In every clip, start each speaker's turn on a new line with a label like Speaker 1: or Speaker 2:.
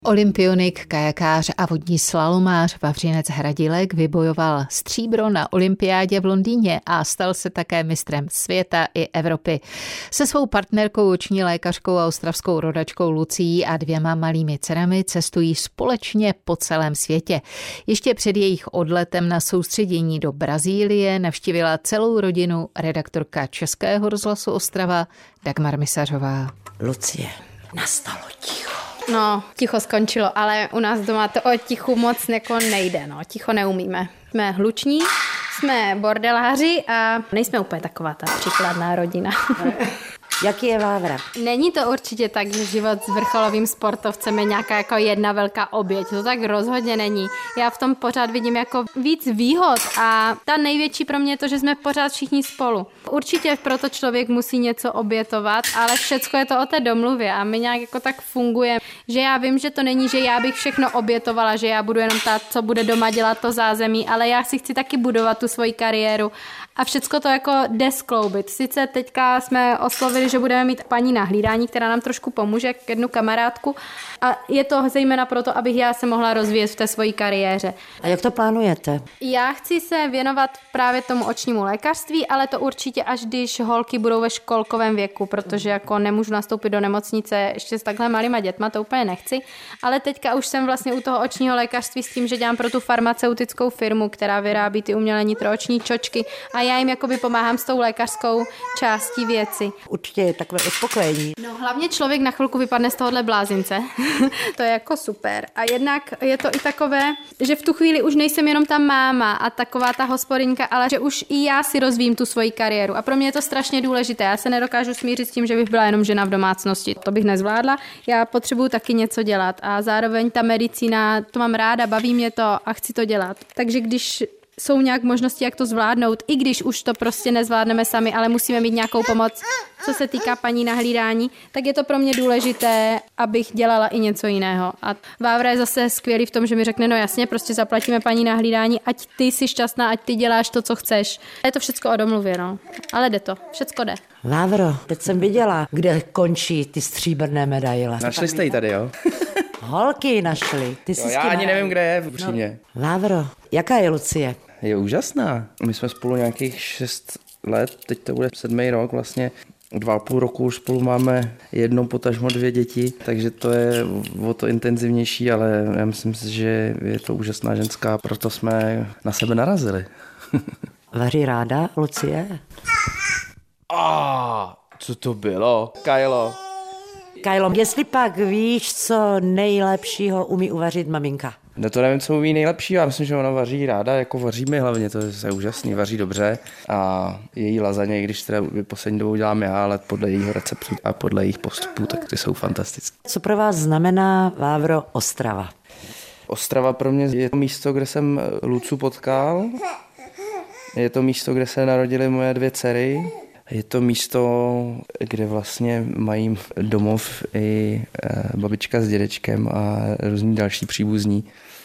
Speaker 1: Olympionik, kajakář a vodní slalomář Vavřinec Hradilek vybojoval stříbro na olympiádě v Londýně a stal se také mistrem světa i Evropy. Se svou partnerkou, oční lékařkou a ostravskou rodačkou Lucií a 2 malými dcerami cestují společně po celém světě. Ještě před jejich odletem na soustředění do Brazílie navštívila celou rodinu redaktorka Českého rozhlasu Ostrava Dagmar Misařová.
Speaker 2: Lucie, nastalo ticho.
Speaker 3: No, ticho skončilo, ale u nás doma to o tichu moc nejde, ticho neumíme. Jsme hluční, jsme bordeláři a nejsme úplně taková ta příkladná rodina.
Speaker 2: Jaký je Vávra?
Speaker 3: Není to určitě tak, že život s vrcholovým sportovcem je nějaká jako jedna velká oběť. To tak rozhodně není. Já v tom pořád vidím jako víc výhod a ta největší pro mě je to, že jsme pořád všichni spolu. Určitě proto člověk musí něco obětovat, ale všecko je to o té domluvě a my nějak jako tak fungujeme, že já vím, že to není, že já bych všechno obětovala, že já budu jenom ta, co bude doma dělat to zázemí, ale já si chci taky budovat tu svoji kariéru a všecko to jako jde skloubit. Sice teďka jsme oslovili, že budeme mít paní na hlídání, která nám trošku pomůže, jednu kamarádku a je to zejména proto, abych já se mohla rozvíjet v té svojí kariéře.
Speaker 2: A jak to plánujete?
Speaker 3: Já chci se věnovat právě tomu očnímu lékařství, ale to určitě až když holky budou ve školkovém věku, protože jako nemůžu nastoupit do nemocnice ještě s takhle malýma dětma, to úplně nechci, ale teďka už jsem vlastně u toho očního lékařství s tím, že dělám pro tu farmaceutickou firmu, která vyrábí ty umělé nitrooční čočky a já jim jakoby pomáhám s tou lékařskou částí věci.
Speaker 2: Určitě je takové uspokojení.
Speaker 3: No hlavně člověk na chvilku vypadne z tohohle blázince. To je jako super. A jednak je to i takové, že v tu chvíli už nejsem jenom ta máma a taková ta hospodyňka, ale že už i já si rozvím tu svoji kariéru. A pro mě je to strašně důležité. Já se nedokážu smířit s tím, že bych byla jenom žena v domácnosti. To bych nezvládla. Já potřebuju taky něco dělat. A zároveň ta medicína, to mám ráda, baví mě to a chci to dělat. Takže když jsou nějak možnosti, jak to zvládnout, i když už to prostě nezvládneme sami, ale musíme mít nějakou pomoc, co se týká paní na hlídání, tak je to pro mě důležité, abych dělala i něco jiného. A Vávra je zase skvělý v tom, že mi řekne, no jasně, prostě zaplatíme paní na hlídání, ať ty jsi šťastná, ať ty děláš to, co chceš. Je to všecko o domluvě, ale jde to, všecko jde.
Speaker 2: Vávro, teď jsem viděla, kde končí ty stříbrné medaile.
Speaker 4: Našli jste ji tady, jo?
Speaker 2: Holky našli. Ty jsi
Speaker 4: já ani nevím, kde je, upřímně.
Speaker 2: No. Vávro, jaká je Lucie?
Speaker 4: Je úžasná. My jsme spolu nějakých 6 let, teď to bude 7. rok vlastně. 2,5 roku už spolu máme 1, potažmo 2 děti, takže to je o to intenzivnější, ale já myslím si, že je to úžasná ženská, proto jsme na sebe narazili.
Speaker 2: Vaří ráda, Lucie?
Speaker 4: Co to bylo? Kajlo.
Speaker 2: Kajlo, jestli pak víš, co nejlepšího umí uvařit maminka?
Speaker 4: No to nevím, co umí nejlepší, já myslím, že ona vaří ráda, jako vaří mi hlavně, to je úžasný, vaří dobře a její lazaně, i když teda poslední dobou dělám já, ale podle jejího receptu a podle jejich postupů, tak ty jsou fantastické.
Speaker 2: Co pro vás znamená, Vávro, Ostrava?
Speaker 4: Ostrava pro mě je to místo, kde jsem Lucu potkal, je to místo, kde se narodily moje 2 dcery, je to místo, kde vlastně mají domov i babička s dědečkem a různí další příbuzní.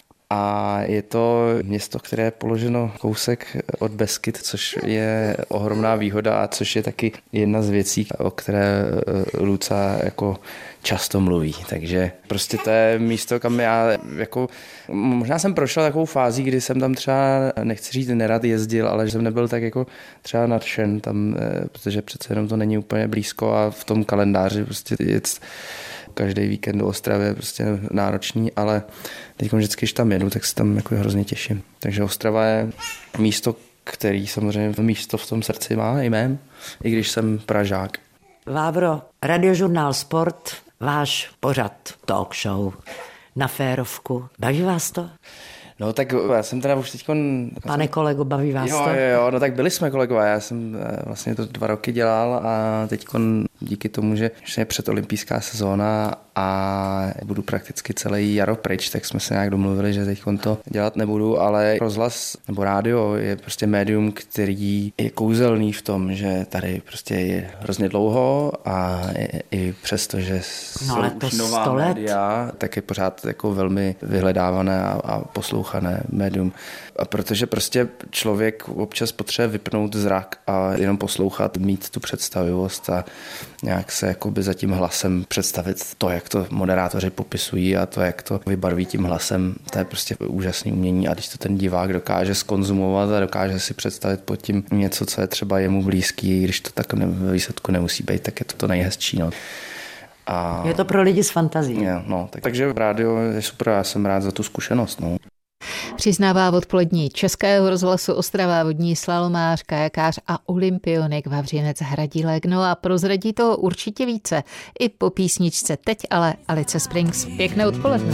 Speaker 4: A je to město, které je položeno kousek od Beskyd, což je ohromná výhoda a což je taky jedna z věcí, o které Luca jako často mluví. Takže prostě to je místo, kam já jako, možná jsem prošel takovou fází, kdy jsem tam třeba, nechci říct nerad jezdil, ale že jsem nebyl tak jako třeba nadšen tam, protože přece jenom to není úplně blízko a v tom kalendáři prostě jet každý víkend do Ostravy je prostě náročný, ale teď vždycky, když tam jedu, tak se tam jako hrozně těším. Takže Ostrava je místo, který samozřejmě místo v tom srdci má i mém, i když jsem Pražák.
Speaker 2: Vávro, Radiožurnál Sport, váš pořad talk show na férovku. Baví vás to?
Speaker 4: No tak já jsem teda už teď...
Speaker 2: Pane kolego, baví vás to?
Speaker 4: Jo, no tak byli jsme kolegové, já jsem vlastně to 2 roky dělal a teď díky tomu, že je předolympijská sezóna a budu prakticky celý jaro pryč, tak jsme se nějak domluvili, že teď to dělat nebudu, ale rozhlas nebo rádio je prostě médium, který je kouzelný v tom, že tady prostě je hrozně dlouho a i přesto, že jsou už nová média, tak je pořád jako velmi vyhledávané a poslouchané médium. A protože prostě člověk občas potřebuje vypnout zrak a jenom poslouchat, mít tu představivost a nějak se jakoby za tím hlasem představit to, jak to moderátoři popisují a to, jak to vybarví tím hlasem. To je prostě úžasné umění a když to ten divák dokáže zkonzumovat a dokáže si představit pod tím něco, co je třeba jemu blízký, když to tak ve výsledku nemusí být, tak je to nejhezčí. No.
Speaker 2: A je to pro lidi s fantazí.
Speaker 4: No, takže rádio je super, já jsem rád za tu zkušenost. No.
Speaker 1: Přiznává odpolední Českého rozhlasu Ostrava vodní slalomář, kajakář a olympionik Vavřinec Hradílek. No a prozradí toho určitě více i po písničce. Teď ale Alice Springs. Pěkné odpoledne.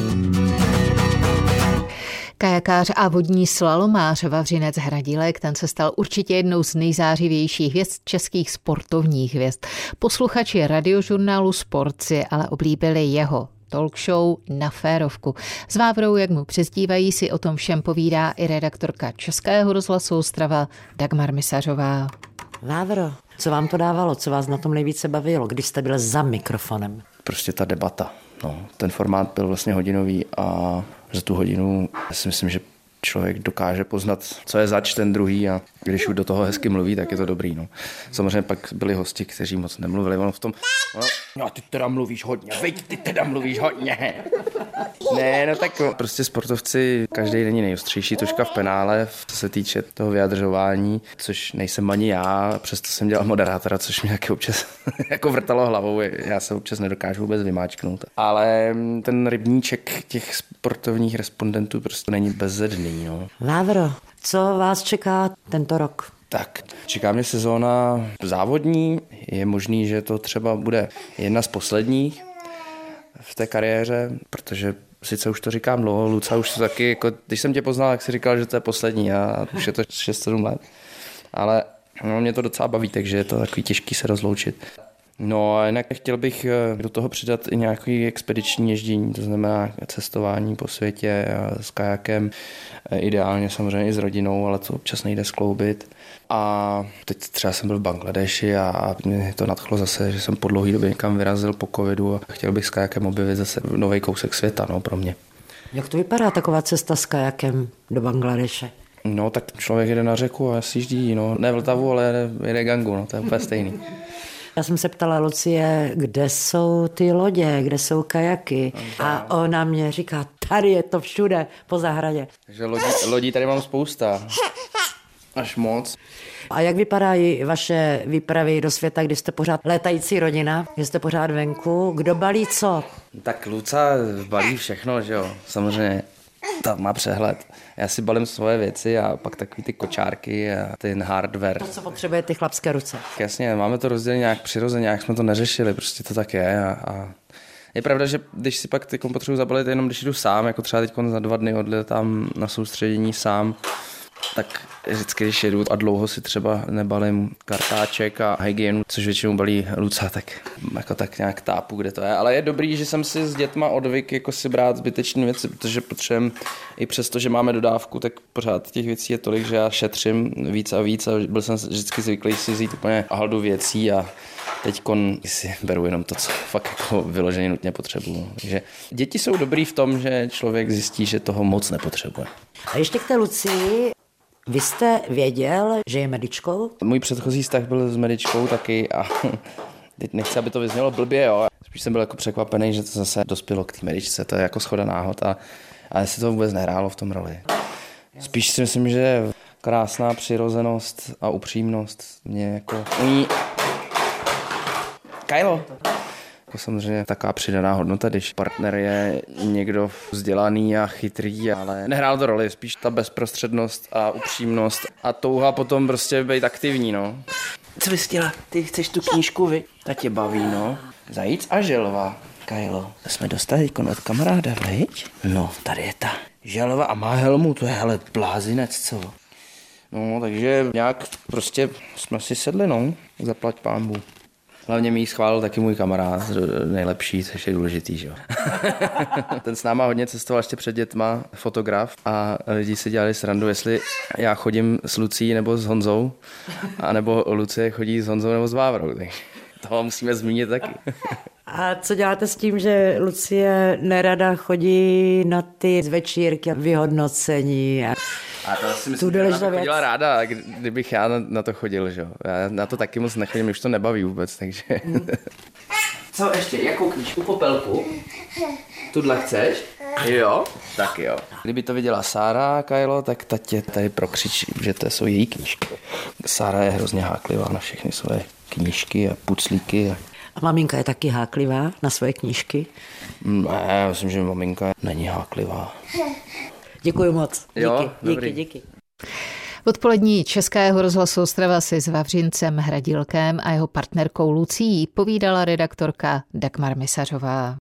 Speaker 1: Kajakář a vodní slalomář Vavřinec Hradílek, ten se stal určitě jednou z nejzářivějších hvězd českých sportovních hvězd. Posluchači radiožurnálu Sport si ale oblíbili jeho talk show Na férovku. S Vávrou, jak mu přezdívají, si o tom všem povídá i redaktorka Českého rozhlasu Ostrava Dagmar Misařová.
Speaker 2: Vávro, co vám to dávalo, co vás na tom nejvíce bavilo, když jste byl za mikrofonem?
Speaker 4: Prostě ta debata. No, ten formát byl vlastně hodinový a za tu hodinu si myslím, že člověk dokáže poznat, co je zač ten druhý a když už do toho hezky mluví, tak je to dobrý. No. Samozřejmě pak byli hosti, kteří moc nemluvili. Ono v tom, no ty teda mluvíš hodně, veď ty teda mluvíš hodně. Ne, no tak prostě sportovci, každý není nejostřejší tuška v penále, co se týče toho vyjadřování, což nejsem ani já, přesto jsem dělal moderátora, což mě taky občas jako vrtalo hlavou, já se občas nedokážu vůbec vymáčknout. Ale ten rybníček těch sportovních respondentů prostě není bezzedný. No.
Speaker 2: Vávro, co vás čeká tento rok?
Speaker 4: Tak, čeká mě sezóna závodní, je možný, že to třeba bude jedna z posledních v té kariéře, protože sice už to říkám dlouho, Luca už to taky, jako, když jsem tě poznal, tak si říkal, že to je poslední a už je to 6-7 let, ale no, mě to docela baví, takže je to takový těžký se rozloučit. No a jinak chtěl bych do toho přidat i nějaký expediční ježdění, to znamená cestování po světě s kajakem, ideálně samozřejmě i s rodinou, ale to občas nejde skloubit. A teď třeba jsem byl v Bangladeši a mě to nadchlo zase, že jsem po dlouhé době někam vyrazil po covidu a chtěl bych s kajakem objevit zase nový kousek světa, no, pro mě.
Speaker 2: Jak to vypadá taková cesta s kajakem do Bangladeše?
Speaker 4: No tak člověk jede na řeku a sjíždí, no, ne Vltavu, ale jede Gangu, no, to je úplně stejný.
Speaker 2: Já jsem se ptala Lucie, kde jsou ty lodě, kde jsou kajaky a ona mě říká, tady je to všude po zahradě.
Speaker 4: Takže lodí tady mám spousta, až moc.
Speaker 2: A jak vypadají vaše výpravy do světa, když jste pořád létající rodina, když jste pořád venku, kdo balí co?
Speaker 4: Tak Luca balí všechno, že jo, samozřejmě. Ta má přehled. Já si balím svoje věci a pak takový ty kočárky a ten hardware.
Speaker 2: To, co potřebuje ty chlapské ruce.
Speaker 4: Jasně, máme to rozdělené nějak přirozeně, nějak jsme to neřešili, prostě to tak je a je pravda, že když si pak potřebuji zabalit jenom když jdu sám, jako třeba teď za 2 dny odletám na soustředění sám, tak vždycky, když jedu a dlouho si třeba nebalím kartáček a hygienu, což většinou balí Luca, tak jako tak nějak tápu, kde to je. Ale je dobrý, že jsem si s dětma odvyk jako si brát zbytečné věci, protože potřebujeme i přesto, že máme dodávku, tak pořád těch věcí je tolik, že já šetřím víc a víc a byl jsem vždycky zvyklý si vzít úplně haldu věcí a teďkon si beru jenom to, co fakt jako vyloženě nutně potřebuju. Takže děti jsou dobrý v tom, že člověk zjistí, že toho moc nepotřebuje.
Speaker 2: A ještě k té Lucii. Vy jste věděl, že je medičkou?
Speaker 4: Můj předchozí vztah byl s medičkou taky a teď nechci, aby to vyznělo blbě, jo. Spíš jsem byl jako překvapený, že to zase dospělo k té medičce, to je jako shoda náhod ale se to vůbec nehrálo v tom roli. Spíš si myslím, že krásná přirozenost a upřímnost mě jako Kajlo! Jako samozřejmě taková přidaná hodnota, když partner je někdo vzdělaný a chytrý, ale nehrál to roli, spíš ta bezprostřednost a upřímnost a touha potom prostě být aktivní, no. Co bys chtěla? Ty chceš tu knížku, vy? Ta tě baví, no. Zajíc a želva. Kajlo, to jsme dostali od kamaráda, viď? No, tady je ta želva a má helmu, to je hele blázinec, co? No, takže nějak prostě jsme si sedli, no, zaplať pánbu. Hlavně mi ji schválil taky můj kamarád, nejlepší, což je důležitý, že jo. Ten s náma hodně cestoval ještě před dětma, fotograf a lidi si dělali srandu, jestli já chodím s Lucí nebo s Honzou, anebo Lucie chodí s Honzou nebo s Vávrou, takže toho musíme zmínit taky.
Speaker 2: A co děláte s tím, že Lucie nerada chodí na ty večírky, vyhodnocení?
Speaker 4: A to si myslím, že ona chodila ráda, kdybych já na to chodil, že jo. Já na to taky moc nechodím, už to nebaví vůbec, takže... Co ještě, jakou knížku? Popelku? Tuhle chceš? Jo? Tak jo. Kdyby to viděla Sára, Kajlo, tak ta tě tady prokřičí, že to jsou její knížky. Sára je hrozně háklivá na všechny své knížky a puclíky.
Speaker 2: A maminka je taky háklivá na svoje knížky?
Speaker 4: Ne, já myslím, že maminka není háklivá.
Speaker 2: Děkuji moc.
Speaker 4: Jo,
Speaker 2: díky.
Speaker 1: Odpolední Českého rozhlasu Ostrava si s Vavřincem Hradilkem a jeho partnerkou Lucií povídala redaktorka Dagmar Misařová.